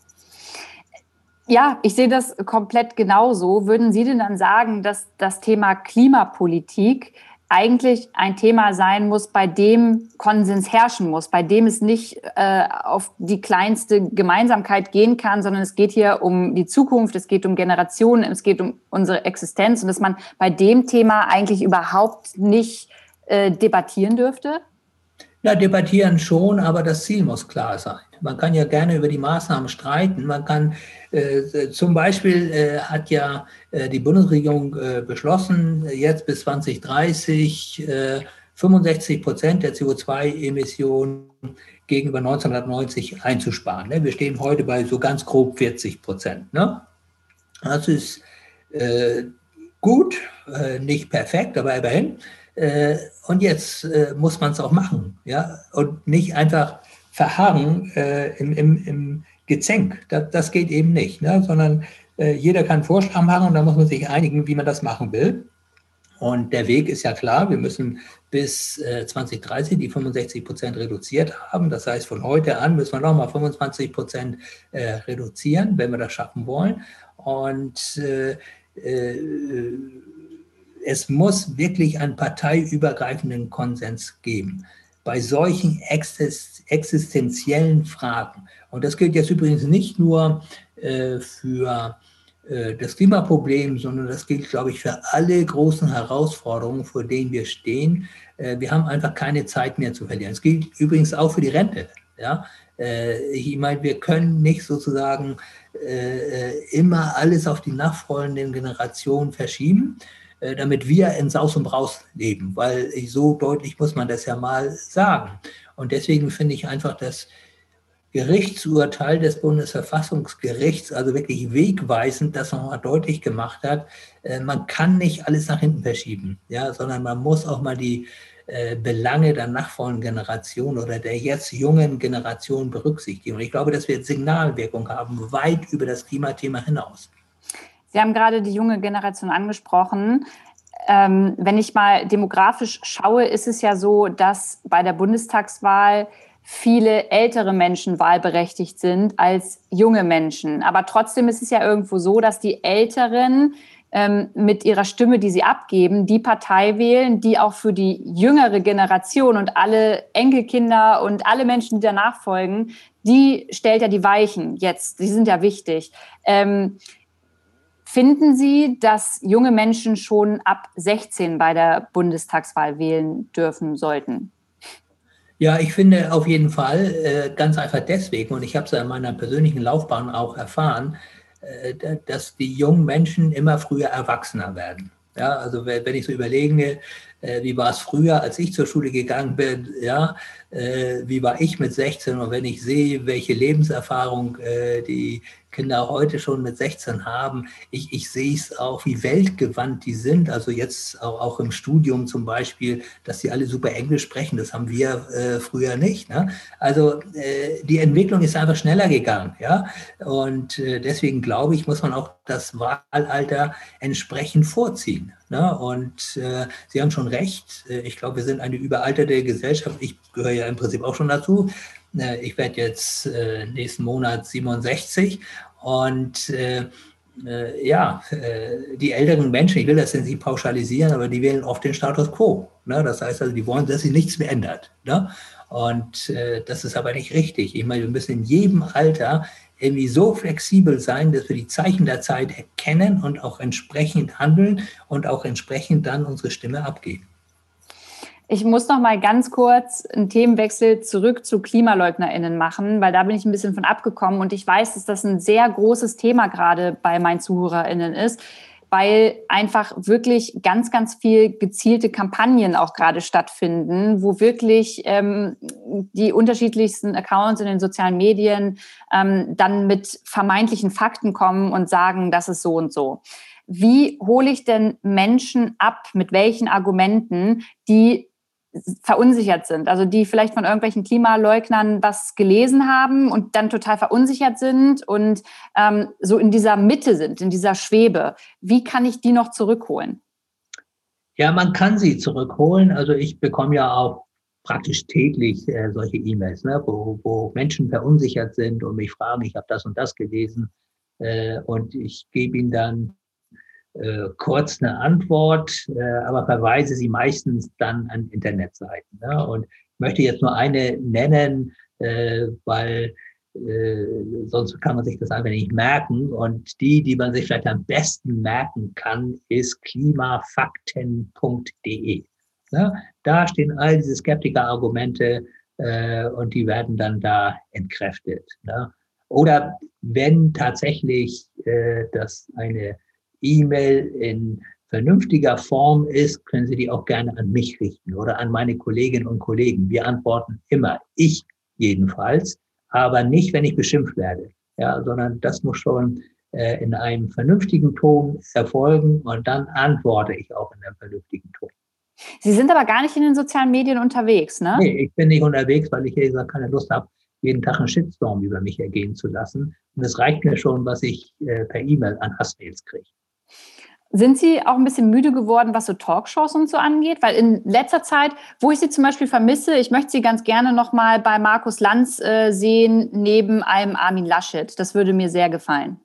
Ja, ich sehe das komplett genauso. Würden Sie denn dann sagen, dass das Thema Klimapolitik eigentlich ein Thema sein muss, bei dem Konsens herrschen muss, bei dem es nicht auf die kleinste Gemeinsamkeit gehen kann, sondern es geht hier um die Zukunft, es geht um Generationen, es geht um unsere Existenz und dass man bei dem Thema eigentlich überhaupt nicht debattieren dürfte? Ja, debattieren schon, aber das Ziel muss klar sein. Man kann ja gerne über die Maßnahmen streiten. Man kann zum Beispiel hat ja die Bundesregierung beschlossen, jetzt bis 2030 65% der CO2-Emissionen gegenüber 1990 einzusparen. Ne? Wir stehen heute bei so ganz grob 40%. Ne? Das ist gut, nicht perfekt, aber immerhin. Und jetzt muss man es auch machen, ja, und nicht einfach verharren im Gezänk. Das geht eben nicht, ne? Sondern jeder kann einen Vorschlag machen und dann muss man sich einigen, wie man das machen will. Und der Weg ist ja klar, wir müssen bis 2030 die 65% reduziert haben. Das heißt, von heute an müssen wir nochmal 25% reduzieren, wenn wir das schaffen wollen. Und es muss wirklich einen parteiübergreifenden Konsens geben bei solchen existenziellen Fragen. Und das gilt jetzt übrigens nicht nur für das Klimaproblem, sondern das gilt, glaube ich, für alle großen Herausforderungen, vor denen wir stehen. Wir haben einfach keine Zeit mehr zu verlieren. Es gilt übrigens auch für die Rente. Ja? Ich meine, wir können nicht sozusagen immer alles auf die nachfolgenden Generationen verschieben, damit wir in Saus und Braus leben, weil so deutlich muss man das ja mal sagen. Und deswegen finde ich einfach das Gerichtsurteil des Bundesverfassungsgerichts, also wirklich wegweisend, das nochmal deutlich gemacht hat, man kann nicht alles nach hinten verschieben, ja, sondern man muss auch mal die Belange der nachfolgenden Generation oder der jetzt jungen Generation berücksichtigen. Und ich glaube, dass wir Signalwirkung haben, weit über das Klimathema hinaus. Sie haben gerade die junge Generation angesprochen. Wenn ich mal demografisch schaue, ist es ja so, dass bei der Bundestagswahl viele ältere Menschen wahlberechtigt sind als junge Menschen. Aber trotzdem ist es ja irgendwo so, dass die Älteren mit ihrer Stimme, die sie abgeben, die Partei wählen, die auch für die jüngere Generation und alle Enkelkinder und alle Menschen, die danach folgen, die stellt ja die Weichen jetzt. Die sind ja wichtig. Finden Sie, dass junge Menschen schon ab 16 bei der Bundestagswahl wählen dürfen sollten? Ja, ich finde auf jeden Fall, ganz einfach deswegen, und ich habe es ja in meiner persönlichen Laufbahn auch erfahren, dass die jungen Menschen immer früher erwachsener werden. Ja, also wenn ich so überlege, wie war es früher, als ich zur Schule gegangen bin, ja, wie war ich mit 16 und wenn ich sehe, welche Lebenserfahrung die Kinder heute schon mit 16 haben, ich sehe es auch, wie weltgewandt die sind, also jetzt auch im Studium zum Beispiel, dass sie alle super Englisch sprechen, das haben wir früher nicht. Ne? Also die Entwicklung ist einfach schneller gegangen, ja, und deswegen glaube ich, muss man auch das Wahlalter entsprechend vorziehen. Ne? Und Sie haben schon recht, ich glaube, wir sind eine überalterte Gesellschaft, ich gehöre ja im Prinzip auch schon dazu. Ich werde jetzt nächsten Monat 67 und die älteren Menschen, ich will das jetzt nicht pauschalisieren, aber die wählen oft den Status quo. Ne? Das heißt also, die wollen, dass sich nichts mehr ändert. Ne? Und das ist aber nicht richtig. Ich meine, wir müssen in jedem Alter irgendwie so flexibel sein, dass wir die Zeichen der Zeit erkennen und auch entsprechend handeln und auch entsprechend dann unsere Stimme abgeben. Ich muss noch mal ganz kurz einen Themenwechsel zurück zu KlimaleugnerInnen machen, weil da bin ich ein bisschen von abgekommen und ich weiß, dass das ein sehr großes Thema gerade bei meinen ZuhörerInnen ist. weil einfach wirklich ganz, ganz viel gezielte Kampagnen auch gerade stattfinden, wo wirklich die unterschiedlichsten Accounts in den sozialen Medien dann mit vermeintlichen Fakten kommen und sagen, das ist so und so. Wie hole ich denn Menschen ab, mit welchen Argumenten, die verunsichert sind, also die vielleicht von irgendwelchen Klimaleugnern was gelesen haben und dann total verunsichert sind und so in dieser Mitte sind, in dieser Schwebe. Wie kann ich die noch zurückholen? Ja, man kann sie zurückholen. Also ich bekomme ja auch praktisch täglich solche E-Mails, ne, wo Menschen verunsichert sind und mich fragen, ich habe das und das gelesen und ich gebe ihnen dann kurz eine Antwort, aber verweise sie meistens dann an Internetseiten. Ne? Und ich möchte jetzt nur eine nennen, weil sonst kann man sich das einfach nicht merken. Und die man sich vielleicht am besten merken kann, ist klimafakten.de. Ne? Da stehen all diese Skeptiker-Argumente und die werden dann da entkräftet. Ne? Oder wenn tatsächlich das eine E-Mail in vernünftiger Form ist, können Sie die auch gerne an mich richten oder an meine Kolleginnen und Kollegen. Wir antworten immer, ich jedenfalls, aber nicht, wenn ich beschimpft werde, ja, sondern das muss schon in einem vernünftigen Ton erfolgen und dann antworte ich auch in einem vernünftigen Ton. Sie sind aber gar nicht in den sozialen Medien unterwegs, ne? Nee, ich bin nicht unterwegs, weil ich, ehrlich gesagt, keine Lust habe, jeden Tag einen Shitstorm über mich ergehen zu lassen. Und es reicht mir schon, was ich per E-Mail an Hassmails kriege. Sind Sie auch ein bisschen müde geworden, was so Talkshows und so angeht? Weil in letzter Zeit, wo ich Sie zum Beispiel vermisse, ich möchte Sie ganz gerne noch mal bei Markus Lanz sehen, neben einem Armin Laschet. Das würde mir sehr gefallen.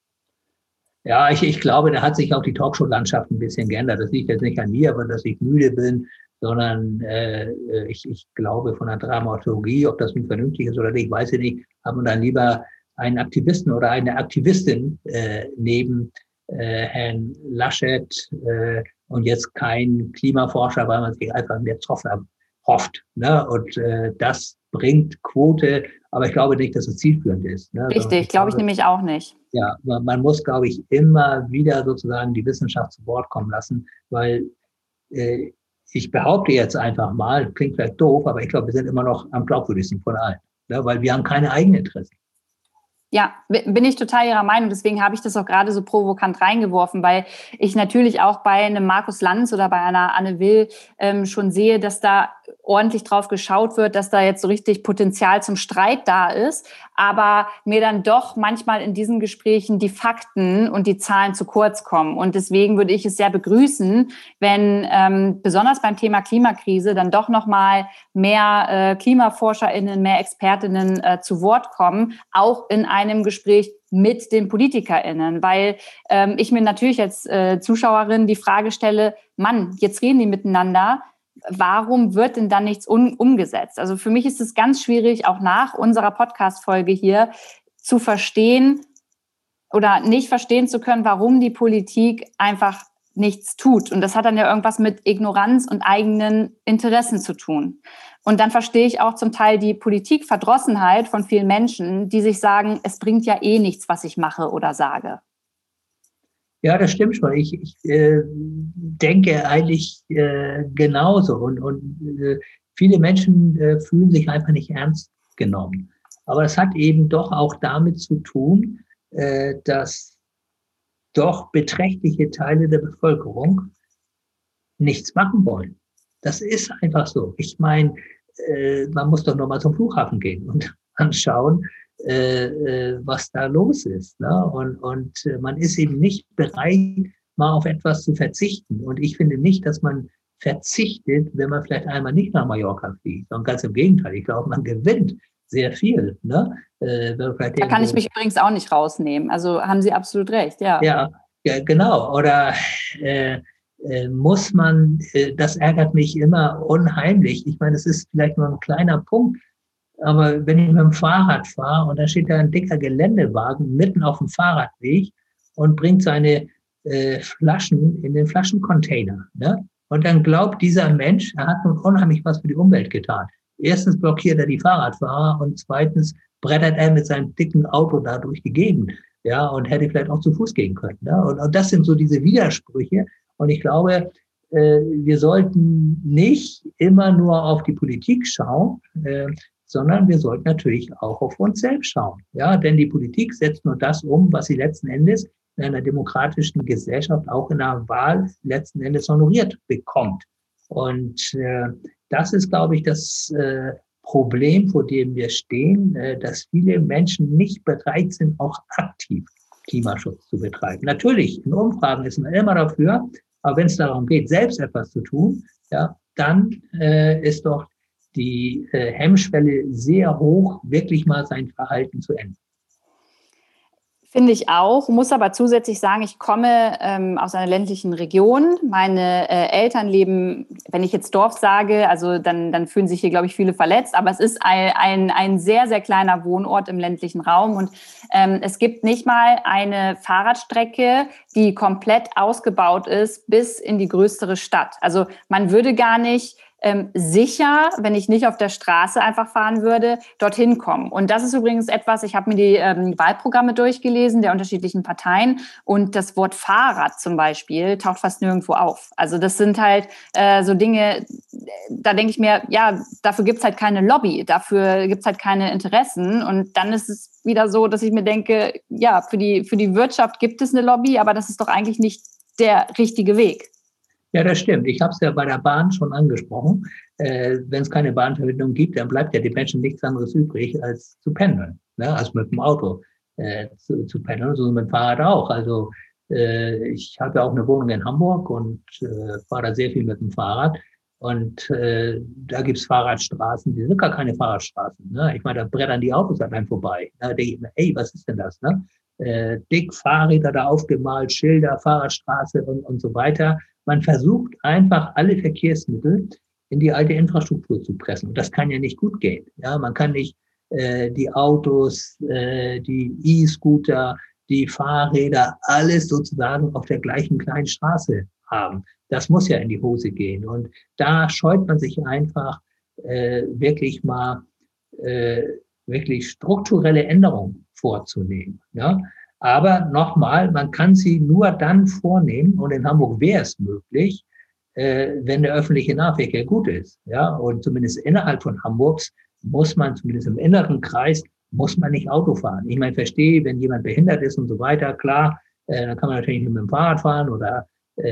Ja, ich glaube, da hat sich auch die Talkshow-Landschaft ein bisschen geändert. Das liegt jetzt nicht an mir, aber dass ich müde bin, sondern ich glaube von der Dramaturgie, ob das nun vernünftig ist oder nicht, weiß ich nicht, haben wir dann lieber einen Aktivisten oder eine Aktivistin neben Herrn Laschet und jetzt kein Klimaforscher, weil man sich einfach mehr Zoff hofft. Ne? Und das bringt Quote, aber ich glaube nicht, dass es zielführend ist. Ne? Richtig, glaube ich nämlich auch nicht. Ja, man muss, glaube ich, immer wieder sozusagen die Wissenschaft zu Wort kommen lassen, weil ich behaupte jetzt einfach mal, klingt vielleicht doof, aber ich glaube, wir sind immer noch am glaubwürdigsten von allen, ne? Weil wir haben keine eigenen Interessen. Ja, bin ich total Ihrer Meinung. Deswegen habe ich das auch gerade so provokant reingeworfen, weil ich natürlich auch bei einem Markus Lanz oder bei einer Anne Will schon sehe, dass da ordentlich drauf geschaut wird, dass da jetzt so richtig Potenzial zum Streit da ist, aber mir dann doch manchmal in diesen Gesprächen die Fakten und die Zahlen zu kurz kommen. Und deswegen würde ich es sehr begrüßen, wenn besonders beim Thema Klimakrise dann doch nochmal mehr KlimaforscherInnen, mehr ExpertInnen zu Wort kommen, auch in einem Gespräch mit den PolitikerInnen, weil ich mir natürlich als Zuschauerin die Frage stelle, Mann, jetzt reden die miteinander, warum wird denn dann nichts umgesetzt? Also für mich ist es ganz schwierig, auch nach unserer Podcast-Folge hier zu verstehen oder nicht verstehen zu können, warum die Politik einfach nichts tut. Und das hat dann ja irgendwas mit Ignoranz und eigenen Interessen zu tun. Und dann verstehe ich auch zum Teil die Politikverdrossenheit von vielen Menschen, die sich sagen, es bringt ja eh nichts, was ich mache oder sage. Ja, das stimmt schon. Ich denke eigentlich genauso. Und viele Menschen fühlen sich einfach nicht ernst genommen. Aber es hat eben doch auch damit zu tun, dass doch beträchtliche Teile der Bevölkerung nichts machen wollen. Das ist einfach so. Ich meine, man muss doch noch mal zum Flughafen gehen und anschauen, was da los ist. Ne? Und man ist eben nicht bereit, mal auf etwas zu verzichten. Und ich finde nicht, dass man verzichtet, wenn man vielleicht einmal nicht nach Mallorca fliegt. Sondern ganz im Gegenteil. Ich glaube, man gewinnt sehr viel. Ne? Da kann ich mich übrigens auch nicht rausnehmen. Also haben Sie absolut recht, ja. Ja, genau. Oder muss man, das ärgert mich immer unheimlich. Ich meine, es ist vielleicht nur ein kleiner Punkt, aber wenn ich mit dem Fahrrad fahre und da steht da ein dicker Geländewagen mitten auf dem Fahrradweg und bringt seine Flaschen in den Flaschencontainer, ne? Und dann glaubt dieser Mensch, er hat nun unheimlich was für die Umwelt getan. Erstens blockiert er die Fahrradfahrer und zweitens brettert er mit seinem dicken Auto da durch die Gegend. ja, und hätte vielleicht auch zu Fuß gehen können. Ja? Und das sind so diese Widersprüche. Und ich glaube, wir sollten nicht immer nur auf die Politik schauen, sondern wir sollten natürlich auch auf uns selbst schauen. Ja, denn die Politik setzt nur das um, was sie letzten Endes in einer demokratischen Gesellschaft auch in einer Wahl letzten Endes honoriert bekommt. Und das ist, glaube ich, das Problem, vor dem wir stehen, dass viele Menschen nicht bereit sind, auch aktiv Klimaschutz zu betreiben. Natürlich, in Umfragen ist man immer dafür, aber wenn es darum geht, selbst etwas zu tun, ja, dann ist doch die Hemmschwelle sehr hoch, wirklich mal sein Verhalten zu ändern. Finde ich auch, muss aber zusätzlich sagen, ich komme aus einer ländlichen Region. Meine Eltern leben, wenn ich jetzt Dorf sage, also dann fühlen sich hier, glaube ich, viele verletzt, aber es ist ein sehr, sehr kleiner Wohnort im ländlichen Raum und es gibt nicht mal eine Fahrradstrecke, die komplett ausgebaut ist bis in die größere Stadt. Also man würde gar nicht sicher, wenn ich nicht auf der Straße einfach fahren würde, dorthin kommen. Und das ist übrigens etwas, ich habe mir die Wahlprogramme durchgelesen der unterschiedlichen Parteien und das Wort Fahrrad zum Beispiel taucht fast nirgendwo auf. Also das sind halt so Dinge, da denke ich mir, ja, dafür gibt's halt keine Lobby, dafür gibt's halt keine Interessen und dann ist es wieder so, dass ich mir denke, ja, für die Wirtschaft gibt es eine Lobby, aber das ist doch eigentlich nicht der richtige Weg. Ja, das stimmt. Ich habe es ja bei der Bahn schon angesprochen. Wenn es keine Bahnverbindung gibt, dann bleibt ja den Menschen nichts anderes übrig, als zu pendeln. Ne? Also mit dem Auto zu pendeln, so mit dem Fahrrad auch. Also ich habe ja auch eine Wohnung in Hamburg und fahre da sehr viel mit dem Fahrrad. Und da gibt's Fahrradstraßen, die sind gar keine Fahrradstraßen. Ne? Ich meine, da brettern die Autos an einem vorbei. Da denke ich mir, ey, was ist denn das? Ne? Dick Fahrräder da aufgemalt, Schilder, Fahrradstraße und so weiter. Man versucht einfach alle Verkehrsmittel in die alte Infrastruktur zu pressen. Und das kann ja nicht gut gehen. Ja, man kann nicht die Autos, die E-Scooter, die Fahrräder, alles sozusagen auf der gleichen kleinen Straße haben. Das muss ja in die Hose gehen. Und da scheut man sich einfach wirklich mal wirklich strukturelle Änderungen vorzunehmen. Ja? Aber nochmal, man kann sie nur dann vornehmen, und in Hamburg wäre es möglich, wenn der öffentliche Nahverkehr gut ist. Ja? Und zumindest innerhalb von Hamburgs muss man, zumindest im inneren Kreis, muss man nicht Auto fahren. Ich meine, verstehe, wenn jemand behindert ist und so weiter, klar, dann kann man natürlich nicht mit dem Fahrrad fahren oder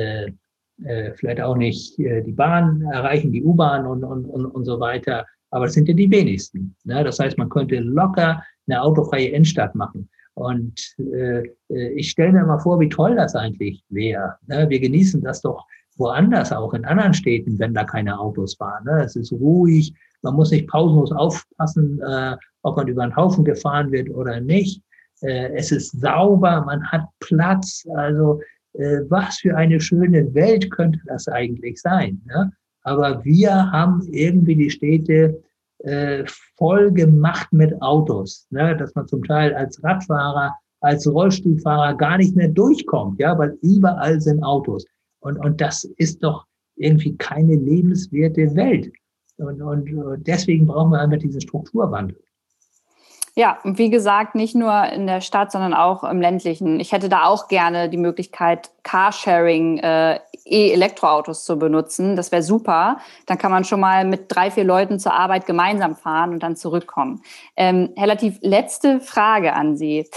vielleicht auch nicht die Bahn erreichen, die U-Bahn und so weiter. Aber das sind ja die wenigsten. Ne? Das heißt, man könnte locker eine autofreie Innenstadt machen. Und ich stelle mir mal vor, wie toll das eigentlich wäre. Ne? Wir genießen das doch woanders, auch in anderen Städten, wenn da keine Autos fahren. Ne? Es ist ruhig, man muss nicht pausenlos aufpassen, ob man über den Haufen gefahren wird oder nicht. Es ist sauber, man hat Platz. Also was für eine schöne Welt könnte das eigentlich sein? Ne? Aber wir haben irgendwie die Städte voll gemacht mit Autos, ne? Dass man zum Teil als Radfahrer, als Rollstuhlfahrer gar nicht mehr durchkommt, ja, weil überall sind Autos. Und das ist doch irgendwie keine lebenswerte Welt. Und deswegen brauchen wir einfach diesen Strukturwandel. Ja, und wie gesagt, nicht nur in der Stadt, sondern auch im ländlichen. Ich hätte da auch gerne die Möglichkeit, Carsharing, E-Elektroautos zu benutzen. Das wäre super. Dann kann man schon mal mit 3, 4 Leuten zur Arbeit gemeinsam fahren und dann zurückkommen. Herr Latif, letzte Frage an Sie.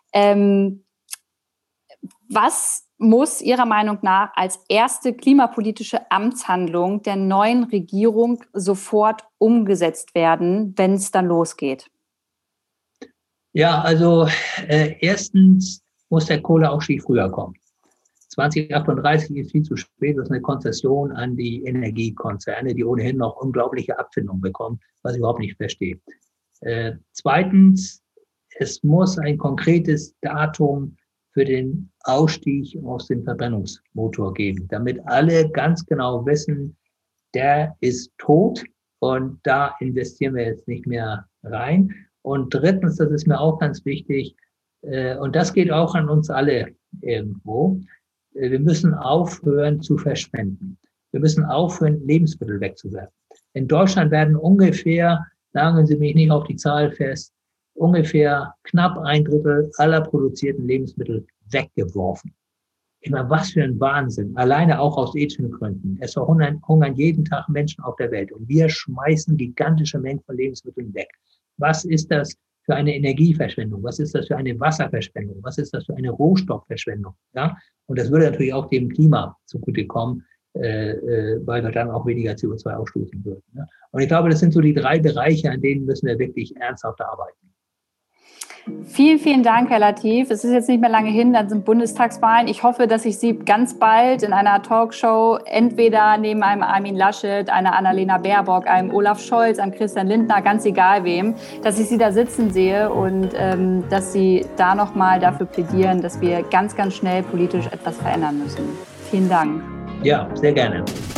Was muss Ihrer Meinung nach als erste klimapolitische Amtshandlung der neuen Regierung sofort umgesetzt werden, wenn es dann losgeht? Ja, also erstens muss der Kohleausstieg früher kommen. 2038 ist viel zu spät. Das ist eine Konzession an die Energiekonzerne, die ohnehin noch unglaubliche Abfindungen bekommen, was ich überhaupt nicht verstehe. Zweitens, es muss ein konkretes Datum für den Ausstieg aus dem Verbrennungsmotor geben, damit alle ganz genau wissen, der ist tot und da investieren wir jetzt nicht mehr rein. Und drittens, das ist mir auch ganz wichtig, und das geht auch an uns alle irgendwo, wir müssen aufhören zu verschwenden. Wir müssen aufhören, Lebensmittel wegzuwerfen. In Deutschland werden ungefähr, nageln Sie mich nicht auf die Zahl fest, ungefähr knapp 1/3 aller produzierten Lebensmittel weggeworfen. Ich meine, was für ein Wahnsinn. Alleine auch aus ethischen Gründen. Es verhungern jeden Tag Menschen auf der Welt. Und wir schmeißen gigantische Mengen von Lebensmitteln weg. Was ist das für eine Energieverschwendung? Was ist das für eine Wasserverschwendung? Was ist das für eine Rohstoffverschwendung? Ja? Und das würde natürlich auch dem Klima zugutekommen, weil wir dann auch weniger CO2 ausstoßen würden. Ne? Und ich glaube, das sind so die 3 Bereiche, an denen müssen wir wirklich ernsthaft arbeiten. Vielen, vielen Dank, Herr Latif. Es ist jetzt nicht mehr lange hin, dann sind Bundestagswahlen. Ich hoffe, dass ich Sie ganz bald in einer Talkshow entweder neben einem Armin Laschet, einer Annalena Baerbock, einem Olaf Scholz, einem Christian Lindner, ganz egal wem, dass ich Sie da sitzen sehe und dass Sie da nochmal dafür plädieren, dass wir ganz, ganz schnell politisch etwas verändern müssen. Vielen Dank. Ja, sehr gerne.